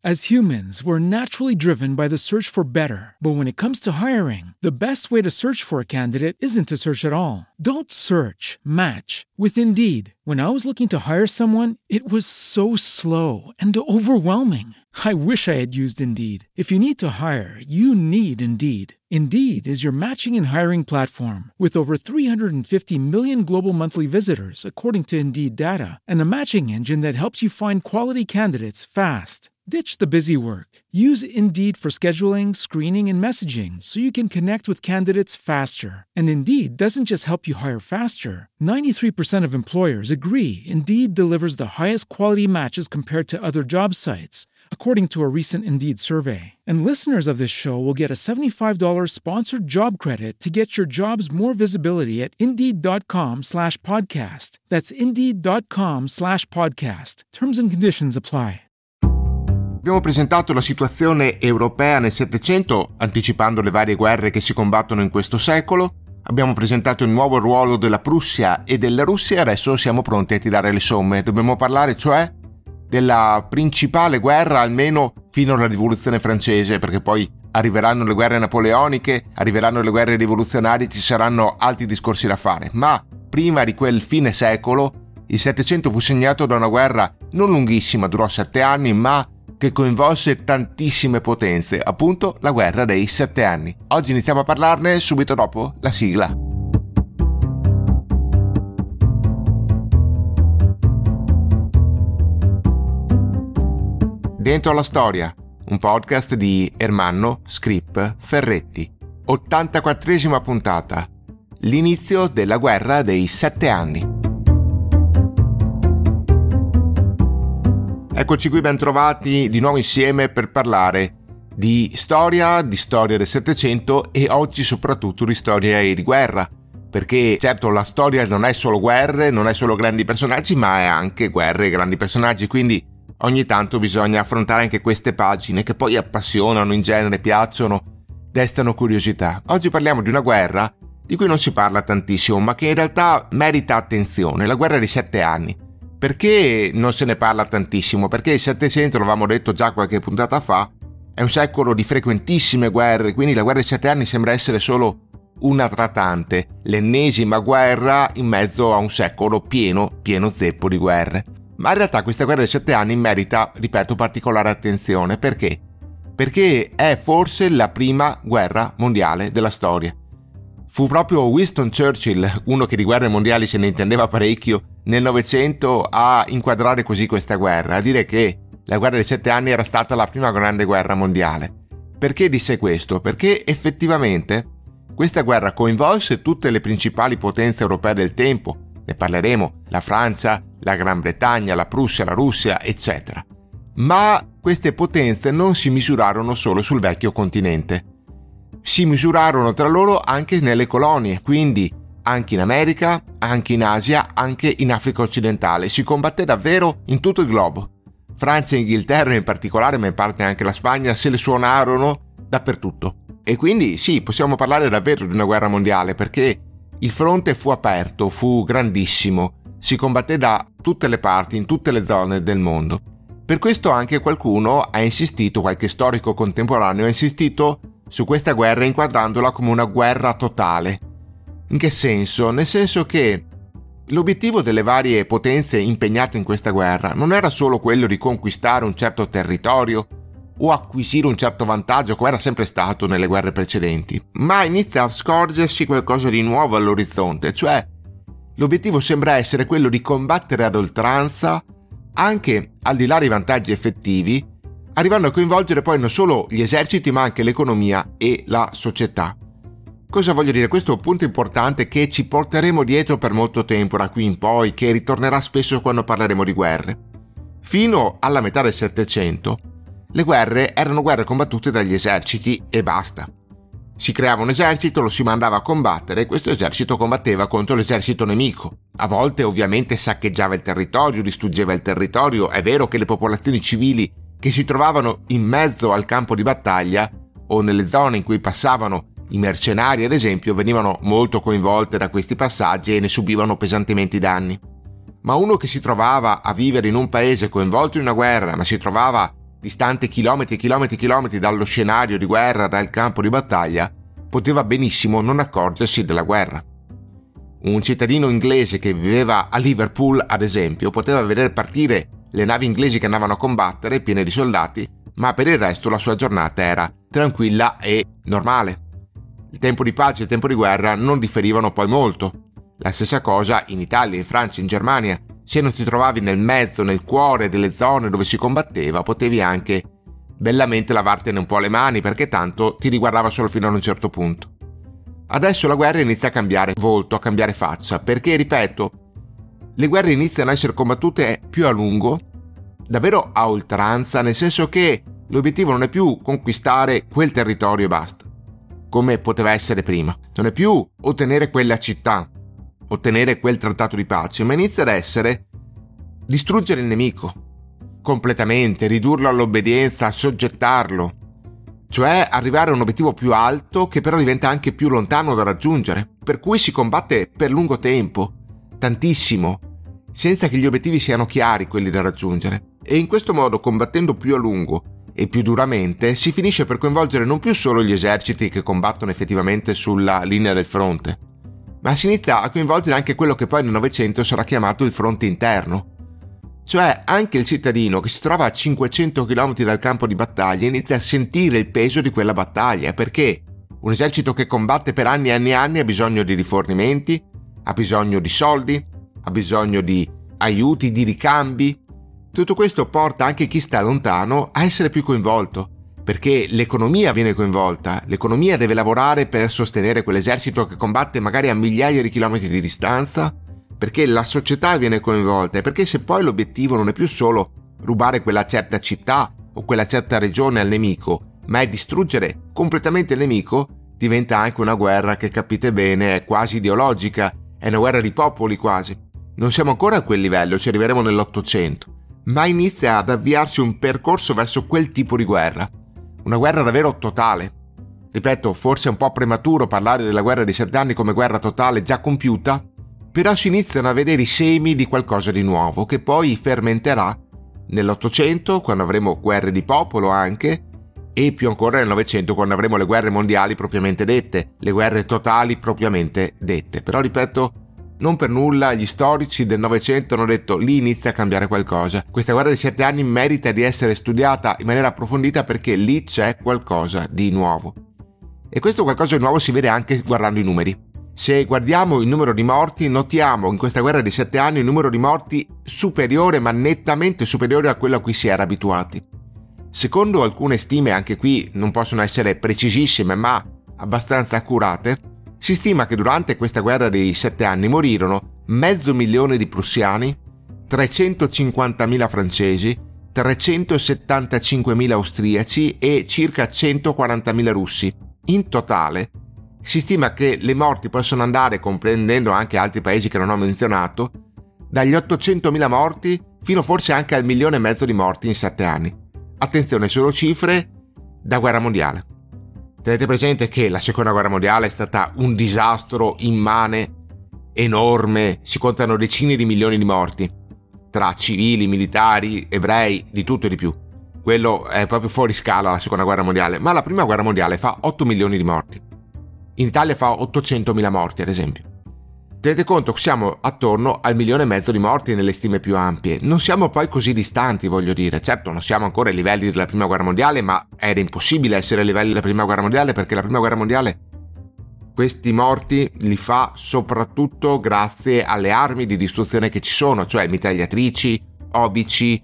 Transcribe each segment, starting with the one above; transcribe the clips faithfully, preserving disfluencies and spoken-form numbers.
As humans, we're naturally driven by the search for better. But when it comes to hiring, the best way to search for a candidate isn't to search at all. Don't search, match with Indeed. When I was looking to hire someone, it was so slow and overwhelming. I wish I had used Indeed. If you need to hire, you need Indeed. Indeed is your matching and hiring platform with over three hundred fifty million global monthly visitors, according to Indeed data, and a matching engine that helps you find quality candidates fast. Ditch the busy work. Use Indeed for scheduling, screening, and messaging so you can connect with candidates faster. And Indeed doesn't just help you hire faster. ninety-three percent of employers agree Indeed delivers the highest quality matches compared to other job sites, according to a recent Indeed survey. And listeners of this show will get a seventy-five dollars sponsored job credit to get your jobs more visibility at Indeed.com slash podcast. That's Indeed.com slash podcast. Terms and conditions apply. Abbiamo presentato la situazione europea nel Settecento, anticipando le varie guerre che si combattono in questo secolo. Abbiamo presentato il nuovo ruolo della Prussia e della Russia e adesso siamo pronti a tirare le somme. Dobbiamo parlare, cioè, della principale guerra, almeno fino alla rivoluzione francese, perché poi arriveranno le guerre napoleoniche, arriveranno le guerre rivoluzionarie, ci saranno altri discorsi da fare. Ma prima di quel fine secolo, il Settecento fu segnato da una guerra non lunghissima, durò sette anni, ma che coinvolse tantissime potenze, appunto la guerra dei sette anni. Oggi iniziamo a parlarne subito dopo la sigla. Dentro la storia, un podcast di Ermanno Scrip Ferretti. ottantaquattresima puntata. L'inizio della guerra dei sette anni. Eccoci qui, ben trovati di nuovo insieme per parlare di storia, di storia del Settecento e oggi soprattutto di storia e di guerra. Perché certo la storia non è solo guerre, non è solo grandi personaggi, ma è anche guerre e grandi personaggi, quindi ogni tanto bisogna affrontare anche queste pagine che poi appassionano, in genere piacciono, destano curiosità. Oggi parliamo di una guerra di cui non si parla tantissimo, ma che in realtà merita attenzione, la guerra dei sette anni. Perché non se ne parla tantissimo? Perché il Settecento, l'avevamo detto già qualche puntata fa, è un secolo di frequentissime guerre, quindi la guerra dei sette anni sembra essere solo una tra tante, l'ennesima guerra in mezzo a un secolo pieno, pieno zeppo di guerre. Ma in realtà questa guerra dei sette anni merita, ripeto, particolare attenzione. Perché? Perché è forse la prima guerra mondiale della storia. Fu proprio Winston Churchill, uno che di guerre mondiali se ne intendeva parecchio, nel Novecento a inquadrare così questa guerra, a dire che la guerra dei sette anni era stata la prima grande guerra mondiale. Perché disse questo? Perché effettivamente questa guerra coinvolse tutte le principali potenze europee del tempo, ne parleremo, la Francia, la Gran Bretagna, la Prussia, la Russia, eccetera. Ma queste potenze non si misurarono solo sul vecchio continente. Si misurarono tra loro anche nelle colonie, quindi anche in America, anche in Asia, anche in Africa occidentale. Si combatté davvero in tutto il globo. Francia e Inghilterra in particolare, ma in parte anche la Spagna, se le suonarono dappertutto. E quindi sì, possiamo parlare davvero di una guerra mondiale, perché il fronte fu aperto, fu grandissimo, si combatté da tutte le parti, in tutte le zone del mondo. Per questo anche qualcuno ha insistito, qualche storico contemporaneo ha insistito su questa guerra inquadrandola come una guerra totale. In che senso? Nel senso che l'obiettivo delle varie potenze impegnate in questa guerra non era solo quello di conquistare un certo territorio o acquisire un certo vantaggio come era sempre stato nelle guerre precedenti, ma inizia a scorgersi qualcosa di nuovo all'orizzonte, cioè l'obiettivo sembra essere quello di combattere ad oltranza anche al di là dei vantaggi effettivi, arrivando a coinvolgere poi non solo gli eserciti ma anche l'economia e la società. Cosa voglio dire? Questo è un punto importante che ci porteremo dietro per molto tempo da qui in poi, che ritornerà spesso quando parleremo di guerre. Fino alla metà del Settecento, le guerre erano guerre combattute dagli eserciti e basta. Si creava un esercito, lo si mandava a combattere e questo esercito combatteva contro l'esercito nemico. A volte ovviamente saccheggiava il territorio, distruggeva il territorio. È vero che le popolazioni civili che si trovavano in mezzo al campo di battaglia o nelle zone in cui passavano i mercenari, ad esempio, venivano molto coinvolte da questi passaggi e ne subivano pesantemente i danni. Ma uno che si trovava a vivere in un paese coinvolto in una guerra, ma si trovava distante chilometri e chilometri e chilometri dallo scenario di guerra, dal campo di battaglia, poteva benissimo non accorgersi della guerra. Un cittadino inglese che viveva a Liverpool, ad esempio, poteva vedere partire le navi inglesi che andavano a combattere, piene di soldati, ma per il resto la sua giornata era tranquilla e normale. Il tempo di pace e il tempo di guerra non differivano poi molto. La stessa cosa in Italia, in Francia, in Germania. Se non ti trovavi nel mezzo, nel cuore delle zone dove si combatteva, potevi anche bellamente lavartene un po' le mani, perché tanto ti riguardava solo fino ad un certo punto. Adesso la guerra inizia a cambiare volto, a cambiare faccia, perché, ripeto, le guerre iniziano a essere combattute più a lungo, davvero a oltranza, nel senso che l'obiettivo non è più conquistare quel territorio e basta, come poteva essere prima. Non è più ottenere quella città, ottenere quel trattato di pace, ma inizia ad essere distruggere il nemico completamente, ridurlo all'obbedienza, assoggettarlo, cioè arrivare a un obiettivo più alto che però diventa anche più lontano da raggiungere, per cui si combatte per lungo tempo, tantissimo, senza che gli obiettivi siano chiari quelli da raggiungere. E in questo modo, combattendo più a lungo e più duramente, si finisce per coinvolgere non più solo gli eserciti che combattono effettivamente sulla linea del fronte, ma si inizia a coinvolgere anche quello che poi nel Novecento sarà chiamato il fronte interno. Cioè anche il cittadino che si trova a cinquecento chilometri dal campo di battaglia inizia a sentire il peso di quella battaglia, perché un esercito che combatte per anni e anni e anni ha bisogno di rifornimenti, ha bisogno di soldi, ha bisogno di aiuti, di ricambi. Tutto questo porta anche chi sta lontano a essere più coinvolto, perché l'economia viene coinvolta, l'economia deve lavorare per sostenere quell'esercito che combatte magari a migliaia di chilometri di distanza, perché la società viene coinvolta, e perché se poi l'obiettivo non è più solo rubare quella certa città o quella certa regione al nemico, ma è distruggere completamente il nemico, diventa anche una guerra che, capite bene, è quasi ideologica, è una guerra di popoli quasi. Non siamo ancora a quel livello, ci arriveremo nell'Ottocento, ma inizia ad avviarsi un percorso verso quel tipo di guerra, una guerra davvero totale. Ripeto, forse è un po' prematuro parlare della guerra dei sette anni come guerra totale già compiuta, però si iniziano a vedere i semi di qualcosa di nuovo che poi fermenterà nell'Ottocento, quando avremo guerre di popolo anche, e più ancora nel Novecento, quando avremo le guerre mondiali propriamente dette, le guerre totali propriamente dette. Però ripeto, non per nulla gli storici del Novecento hanno detto lì inizia a cambiare qualcosa. Questa guerra dei sette anni merita di essere studiata in maniera approfondita perché lì c'è qualcosa di nuovo. E questo qualcosa di nuovo si vede anche guardando i numeri. Se guardiamo il numero di morti, notiamo in questa guerra di sette anni un numero di morti superiore, ma nettamente superiore a quello a cui si era abituati. Secondo alcune stime, anche qui non possono essere precisissime, ma abbastanza accurate, si stima che durante questa guerra dei sette anni morirono mezzo milione di prussiani, trecentocinquantamila francesi, trecentosettantacinquemila austriaci e circa centoquarantamila russi. In totale si stima che le morti possono andare, comprendendo anche altri paesi che non ho menzionato, dagli ottocentomila morti fino forse anche al milione e mezzo di morti in sette anni. Attenzione, solo cifre da guerra mondiale. Tenete presente che la seconda guerra mondiale è stata un disastro immane, enorme, si contano decine di milioni di morti, tra civili, militari, ebrei, di tutto e di più. Quello è proprio fuori scala la seconda guerra mondiale, ma la prima guerra mondiale fa otto milioni di morti. In Italia fa ottocentomila morti, ad esempio. Tenete conto che siamo attorno al milione e mezzo di morti nelle stime più ampie. Non siamo poi così distanti, voglio dire. Certo, non siamo ancora ai livelli della prima guerra mondiale, ma era impossibile essere ai livelli della prima guerra mondiale, perché la prima guerra mondiale questi morti li fa soprattutto grazie alle armi di distruzione che ci sono, cioè mitragliatrici, obici,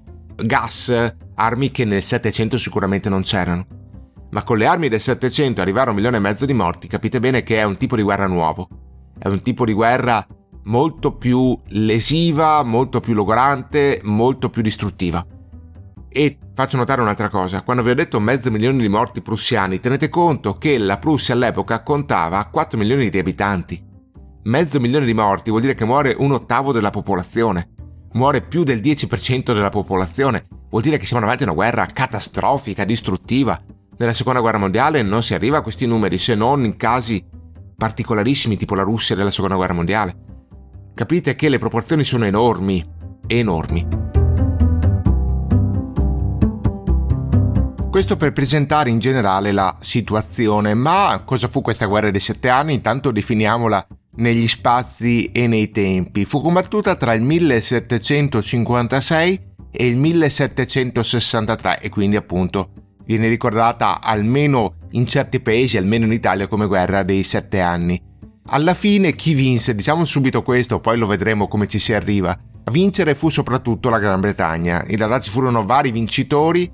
gas, armi che nel Settecento sicuramente non c'erano. Ma con le armi del Settecento arrivare a un milione e mezzo di morti, capite bene che è un tipo di guerra nuovo. È un tipo di guerra molto più lesiva, molto più logorante, molto più distruttiva. E faccio notare un'altra cosa: quando vi ho detto mezzo milione di morti prussiani, tenete conto che la Prussia all'epoca contava quattro milioni di abitanti. Mezzo milione di morti vuol dire che muore un ottavo della popolazione, muore più del dieci per cento della popolazione, vuol dire che siamo davanti a una guerra catastrofica, distruttiva. Nella seconda guerra mondiale non si arriva a questi numeri, se non in casi particolarissimi tipo la Russia della seconda guerra mondiale. Capite che le proporzioni sono enormi, enormi. Questo per presentare in generale la situazione. Ma cosa fu questa guerra dei sette anni? Intanto definiamola negli spazi e nei tempi. Fu combattuta tra il millesettecentocinquantasei e il millesettecentosessantatré e quindi appunto viene ricordata almeno in certi paesi, almeno in Italia, come guerra dei sette anni. Alla fine chi vinse? Diciamo subito questo, poi lo vedremo come ci si arriva. A vincere fu soprattutto la Gran Bretagna. In realtà ci furono vari vincitori,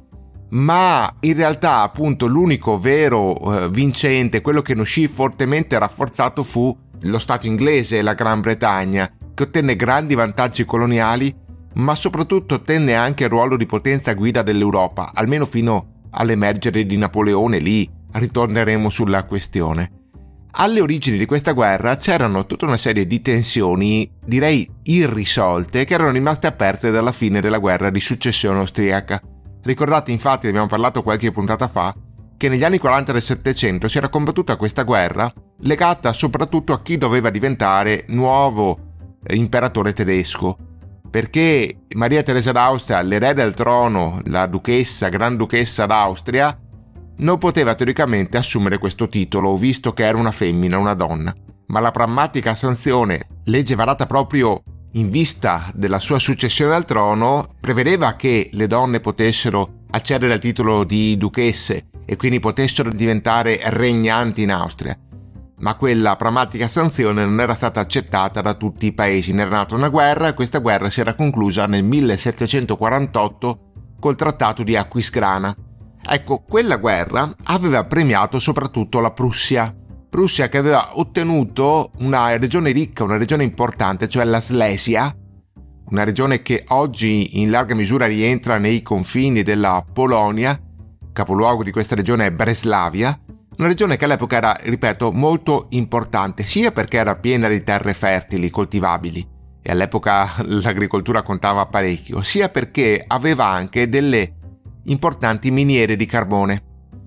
ma in realtà appunto l'unico vero eh, vincente, quello che ne uscì fortemente rafforzato, fu lo Stato inglese, la Gran Bretagna, che ottenne grandi vantaggi coloniali, ma soprattutto ottenne anche il ruolo di potenza guida dell'Europa, almeno fino all'emergere di Napoleone. Lì ritorneremo sulla questione. Alle origini di questa guerra c'erano tutta una serie di tensioni, direi irrisolte, che erano rimaste aperte dalla fine della guerra di successione austriaca. Ricordate, infatti, abbiamo parlato qualche puntata fa, che negli anni quaranta del Settecento si era combattuta questa guerra legata soprattutto a chi doveva diventare nuovo imperatore tedesco, perché Maria Teresa d'Austria, l'erede al trono, la duchessa, granduchessa d'Austria, non poteva teoricamente assumere questo titolo, visto che era una femmina, una donna. Ma la pragmatica sanzione, legge varata proprio in vista della sua successione al trono, prevedeva che le donne potessero accedere al titolo di duchesse e quindi potessero diventare regnanti in Austria. Ma quella pragmatica sanzione non era stata accettata da tutti i paesi. Ne era nata una guerra e questa guerra si era conclusa nel millesettecentoquarantotto col trattato di Aquisgrana. Ecco, quella guerra aveva premiato soprattutto la Prussia. Prussia che aveva ottenuto una regione ricca, una regione importante, cioè la Slesia, una regione che oggi in larga misura rientra nei confini della Polonia. Capoluogo di questa regione è Breslavia, una regione che all'epoca era, ripeto, molto importante, sia perché era piena di terre fertili, coltivabili, e all'epoca l'agricoltura contava parecchio, sia perché aveva anche delle importanti miniere di carbone.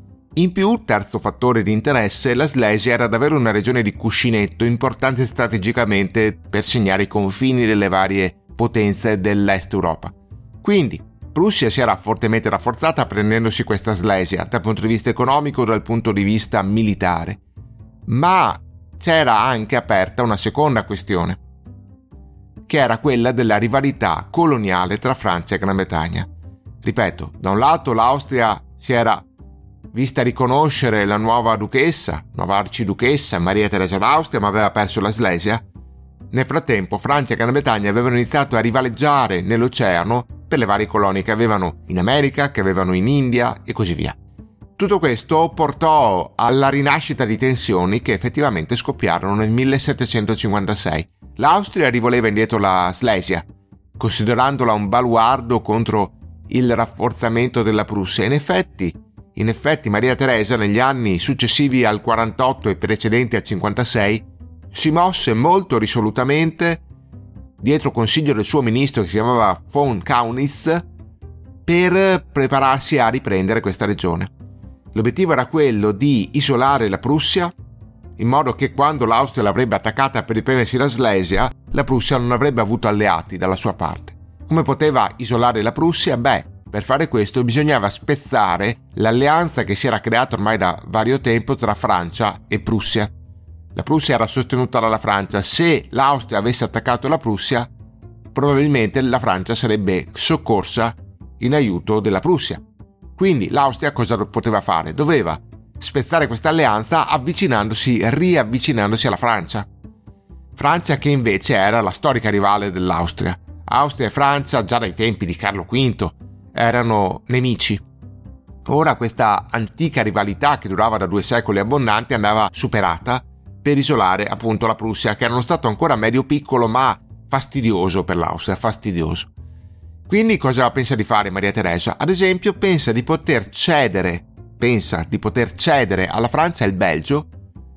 In più, terzo fattore di interesse, la Slesia era davvero una regione di cuscinetto importante strategicamente per segnare i confini delle varie potenze dell'Est Europa. Quindi Prussia si era fortemente rafforzata prendendosi questa Slesia dal punto di vista economico e dal punto di vista militare. Ma c'era anche aperta una seconda questione, che era quella della rivalità coloniale tra Francia e Gran Bretagna. Ripeto, da un lato l'Austria si era vista riconoscere la nuova duchessa, nuova arciduchessa Maria Teresa d'Austria, ma aveva perso la Slesia. Nel frattempo Francia e Gran Bretagna avevano iniziato a rivaleggiare nell'oceano per le varie colonie che avevano in America, che avevano in India e così via. Tutto questo portò alla rinascita di tensioni che effettivamente scoppiarono nel millesettecentocinquantasei. L'Austria rivoleva indietro la Slesia, considerandola un baluardo contro il rafforzamento della Prussia. In effetti, in effetti Maria Teresa negli anni successivi al quarantotto e precedenti al cinquantasei si mosse molto risolutamente dietro consiglio del suo ministro che si chiamava von Kaunitz per prepararsi a riprendere questa regione. L'obiettivo era quello di isolare la Prussia in modo che quando l'Austria l'avrebbe attaccata per riprendersi la Slesia, la Prussia non avrebbe avuto alleati dalla sua parte. Come poteva isolare la Prussia? Beh, per fare questo bisognava spezzare l'alleanza che si era creata ormai da vario tempo tra Francia e Prussia. La Prussia era sostenuta dalla Francia. Se l'Austria avesse attaccato la Prussia, probabilmente la Francia sarebbe soccorsa in aiuto della Prussia. Quindi l'Austria cosa poteva fare? Doveva spezzare questa alleanza avvicinandosi, riavvicinandosi alla Francia. Francia che invece era la storica rivale dell'Austria. Austria e Francia già dai tempi di Carlo quinto erano nemici. Ora questa antica rivalità che durava da due secoli abbondanti andava superata per isolare appunto la Prussia, che era uno stato ancora medio piccolo ma fastidioso per l'Austria, fastidioso. Quindi cosa pensa di fare Maria Teresa? Ad esempio pensa di poter cedere, pensa di poter cedere alla Francia il Belgio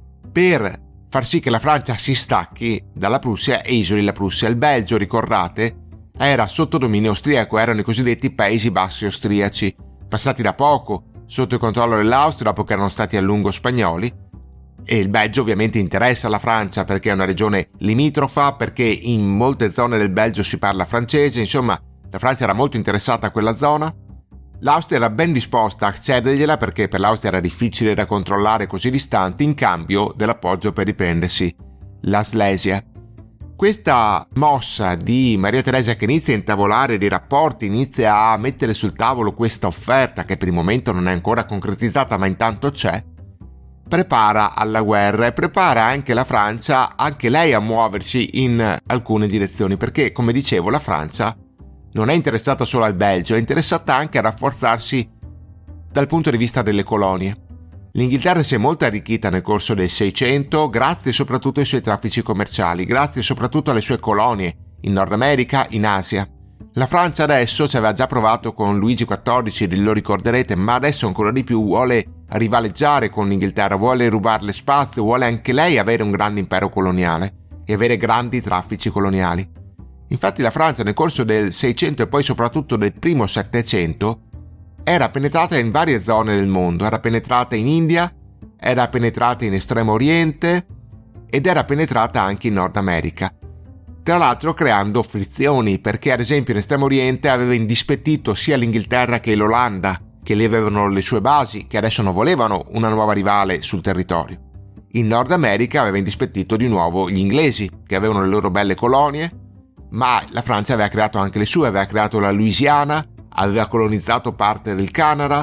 per far sì che la Francia si stacchi dalla Prussia e isoli la Prussia. Il Belgio, ricordate, era sotto dominio austriaco, erano i cosiddetti Paesi Bassi austriaci, passati da poco sotto il controllo dell'Austria dopo che erano stati a lungo spagnoli. E il Belgio ovviamente interessa alla Francia perché è una regione limitrofa, perché in molte zone del Belgio si parla francese, insomma la Francia era molto interessata a quella zona. l'Austria era ben disposta a cedergliela perché per l'Austria era difficile da controllare così distanti in cambio dell'appoggio per riprendersi la Slesia. Questa mossa di Maria Teresa, che inizia a intavolare dei rapporti, inizia a mettere sul tavolo questa offerta che per il momento non è ancora concretizzata ma intanto c'è, prepara alla guerra e prepara anche la Francia, anche lei, a muoversi in alcune direzioni, perché come dicevo la Francia non è interessata solo al Belgio, è interessata anche a rafforzarsi dal punto di vista delle colonie. L'Inghilterra si è molto arricchita nel corso del Seicento grazie soprattutto ai suoi traffici commerciali, grazie soprattutto alle sue colonie in Nord America, in Asia. La Francia adesso ci aveva già provato con Luigi quattordici, lo ricorderete, ma adesso ancora di più vuole rivaleggiare con l'Inghilterra, vuole rubarle spazio, vuole anche lei avere un grande impero coloniale e avere grandi traffici coloniali. Infatti la Francia nel corso del Seicento e poi soprattutto del primo Settecento era penetrata in varie zone del mondo, era penetrata in India, era penetrata in Estremo Oriente ed era penetrata anche in Nord America. Tra l'altro creando frizioni, perché ad esempio in Estremo Oriente aveva indispettito sia l'Inghilterra che l'Olanda, che lì avevano le sue basi, che adesso non volevano una nuova rivale sul territorio. In Nord America aveva indispettito di nuovo gli inglesi, che avevano le loro belle colonie, ma la Francia aveva creato anche le sue, aveva creato la Louisiana, aveva colonizzato parte del Canada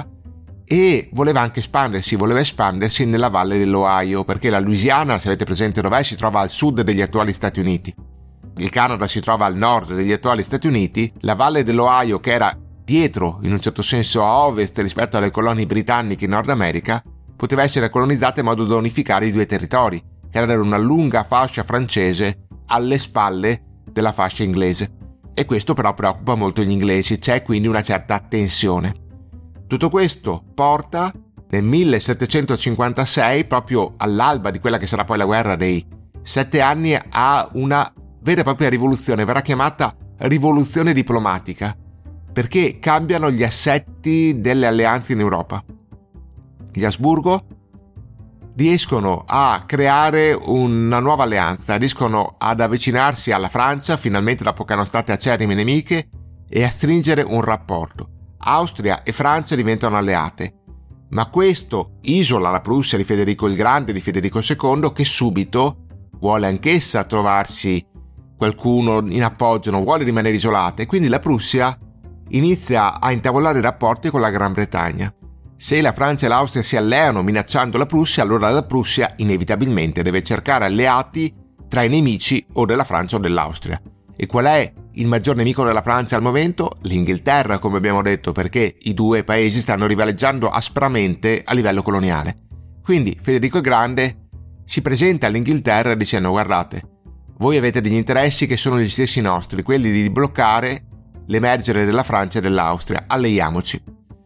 e voleva anche espandersi, voleva espandersi nella valle dell'Ohio, perché la Louisiana, se avete presente dov'è, si trova al sud degli attuali Stati Uniti. Il Canada si trova al nord degli attuali Stati Uniti, la valle dell'Ohio, che era dietro, in un certo senso a ovest rispetto alle colonie britanniche in Nord America, poteva essere colonizzata in modo da unificare i due territori, che era una lunga fascia francese alle spalle della fascia inglese. E questo però preoccupa molto gli inglesi, c'è quindi una certa tensione. Tutto questo porta nel millesettecentocinquantasei, proprio all'alba di quella che sarà poi la guerra dei sette anni, a una vera e propria rivoluzione, verrà chiamata rivoluzione diplomatica, perché cambiano gli assetti delle alleanze in Europa. Gli Asburgo riescono a creare una nuova alleanza, riescono ad avvicinarsi alla Francia, finalmente dopo che erano state acerrime nemiche, e a stringere un rapporto. Austria e Francia diventano alleate, ma questo isola la Prussia di Federico il Grande, di Federico secondo, che subito vuole anch'essa trovarsi qualcuno in appoggio, non vuole rimanere isolata, e quindi la Prussia inizia a intavolare rapporti con la Gran Bretagna. Se la Francia e l'Austria si alleano minacciando la Prussia, allora la Prussia inevitabilmente deve cercare alleati tra i nemici o della Francia o dell'Austria. E qual è il maggior nemico della Francia al momento? L'Inghilterra, come abbiamo detto, perché i due paesi stanno rivaleggiando aspramente a livello coloniale. Quindi Federico il Grande si presenta all'Inghilterra dicendo: guardate, voi avete degli interessi che sono gli stessi nostri, quelli di bloccare l'emergere della Francia e dell'Austria, alleiamoci.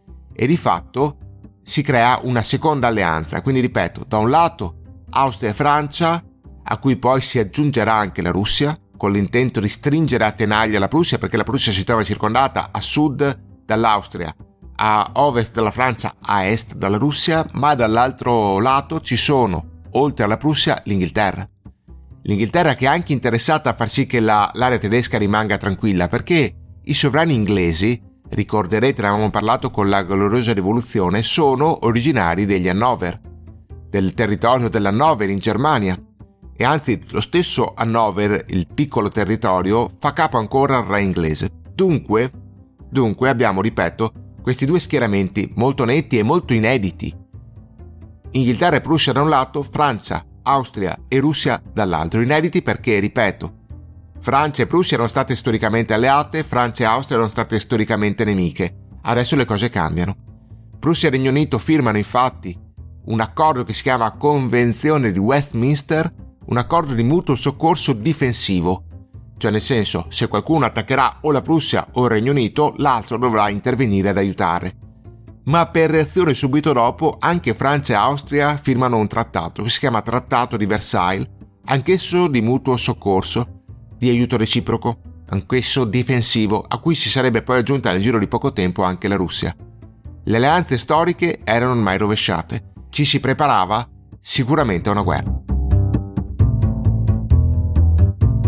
E di fatto si crea una seconda alleanza, quindi ripeto, da un lato Austria e Francia, a cui poi si aggiungerà anche la Russia, con l'intento di stringere a tenaglia la Prussia, perché la Prussia si trova circondata a sud dall'Austria, a ovest dalla Francia, a est dalla Russia, ma dall'altro lato ci sono, oltre alla Prussia, l'Inghilterra. L'Inghilterra che è anche interessata a far sì che la, l'area tedesca rimanga tranquilla, perché i sovrani inglesi, ricorderete, ne avevamo parlato con la gloriosa rivoluzione, sono originari degli Hannover, del territorio dell'Hannover in Germania. E anzi, lo stesso Hannover, il piccolo territorio, fa capo ancora al re inglese. Dunque, dunque abbiamo, ripeto, questi due schieramenti molto netti e molto inediti. Inghilterra e Prussia da un lato, Francia, Austria e Russia dall'altro. Inediti perché, ripeto, Francia e Prussia erano state storicamente alleate, Francia e Austria erano state storicamente nemiche. Adesso le cose cambiano. Prussia e Regno Unito firmano infatti un accordo che si chiama Convenzione di Westminster, un accordo di mutuo soccorso difensivo. Cioè, nel senso, se qualcuno attaccherà o la Prussia o il Regno Unito, l'altro dovrà intervenire ad aiutare. Ma per reazione subito dopo, anche Francia e Austria firmano un trattato che si chiama Trattato di Versailles, anch'esso di mutuo soccorso, di aiuto reciproco, anch'esso difensivo, a cui si sarebbe poi aggiunta nel giro di poco tempo anche la Russia. Le alleanze storiche erano ormai rovesciate, ci si preparava sicuramente a una guerra.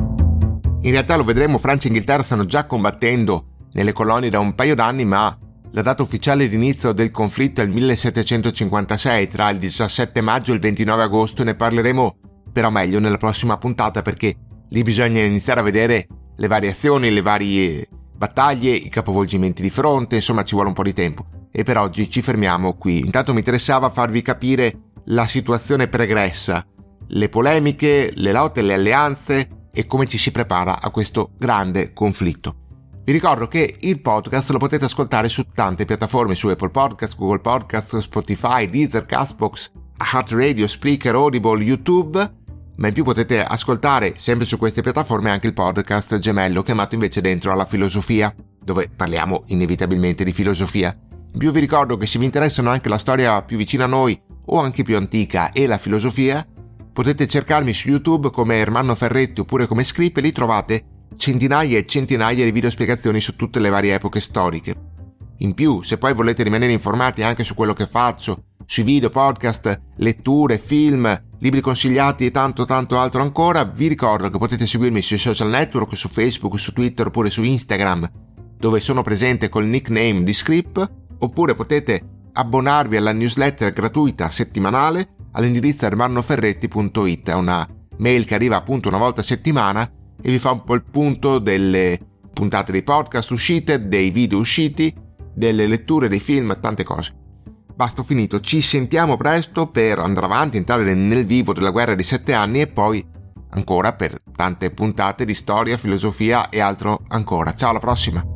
In realtà lo vedremo, Francia e Inghilterra stanno già combattendo nelle colonie da un paio d'anni, ma La data ufficiale di inizio del conflitto è il millesettecentocinquantasei, tra il diciassette maggio e il ventinove agosto, ne parleremo però meglio nella prossima puntata, perché lì bisogna iniziare a vedere le variazioni, le varie battaglie, i capovolgimenti di fronte, insomma ci vuole un po' di tempo. E per oggi ci fermiamo qui. Intanto mi interessava farvi capire la situazione pregressa, le polemiche, le lotte, le alleanze e come ci si prepara a questo grande conflitto. Vi ricordo che il podcast lo potete ascoltare su tante piattaforme, su Apple Podcast, Google Podcast, Spotify, Deezer, Castbox, iHeartRadio, Spreaker, Audible, YouTube, ma in più potete ascoltare sempre su queste piattaforme anche il podcast gemello chiamato invece Dentro alla Filosofia, dove parliamo inevitabilmente di filosofia. In più vi ricordo che se vi interessano anche la storia più vicina a noi o anche più antica e la filosofia, potete cercarmi su YouTube come Ermanno Ferretti oppure come Scrip e lì trovate centinaia e centinaia di video spiegazioni su tutte le varie epoche storiche. In più, se poi volete rimanere informati anche su quello che faccio, sui video, podcast, letture, film, libri consigliati e tanto tanto altro ancora, vi ricordo che potete seguirmi sui social network, su Facebook, su Twitter oppure su Instagram, dove sono presente col nickname di Scrip, oppure potete abbonarvi alla newsletter gratuita settimanale all'indirizzo ermannoferretti punto it. È una mail che arriva appunto una volta a settimana e vi fa un po' il punto delle puntate dei podcast uscite, dei video usciti, delle letture, dei film, tante cose. Basta, ho finito, ci sentiamo presto per andare avanti, entrare nel vivo della guerra dei sette anni e poi ancora per tante puntate di storia, filosofia e altro ancora. Ciao, alla prossima!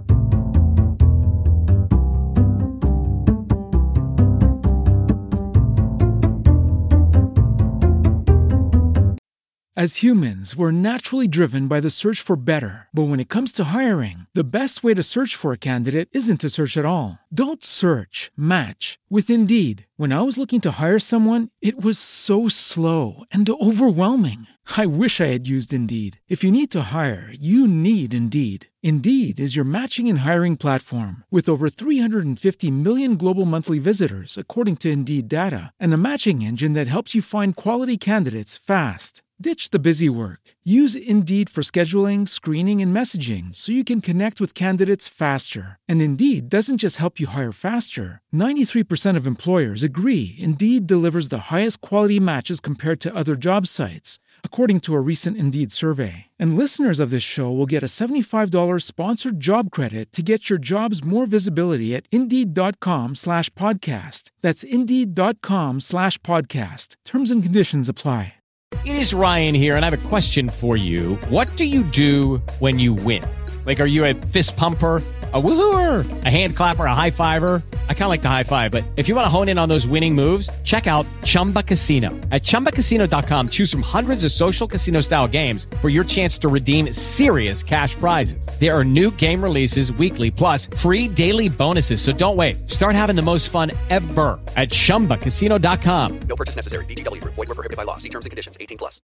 As humans, we're naturally driven by the search for better. But when it comes to hiring, the best way to search for a candidate isn't to search at all. Don't search, match with Indeed. When I was looking to hire someone, it was so slow and overwhelming. I wish I had used Indeed. If you need to hire, you need Indeed. Indeed is your matching and hiring platform with over three hundred fifty million global monthly visitors, according to Indeed data, and a matching engine that helps you find quality candidates fast. Ditch the busy work. Use Indeed for scheduling, screening, and messaging so you can connect with candidates faster. And Indeed doesn't just help you hire faster. ninety-three percent of employers agree Indeed delivers the highest quality matches compared to other job sites, according to a recent Indeed survey. And listeners of this show will get a seventy-five dollars sponsored job credit to get your jobs more visibility at Indeed.com slash podcast. That's Indeed.com slash podcast. Terms and conditions apply. It is Ryan here, and I have a question for you. What do you do when you win? Like, are you a fist pumper, a woohooer, a hand clapper, a high fiver? I kind of like the high five, but if you want to hone in on those winning moves, check out Chumba Casino. At Chumba Casino dot com, choose from hundreds of social casino-style games for your chance to redeem serious cash prizes. There are new game releases weekly, plus free daily bonuses, so don't wait. Start having the most fun ever at Chumba Casino dot com. No purchase necessary. V G W. Void where prohibited by law. See terms and conditions. eighteen plus.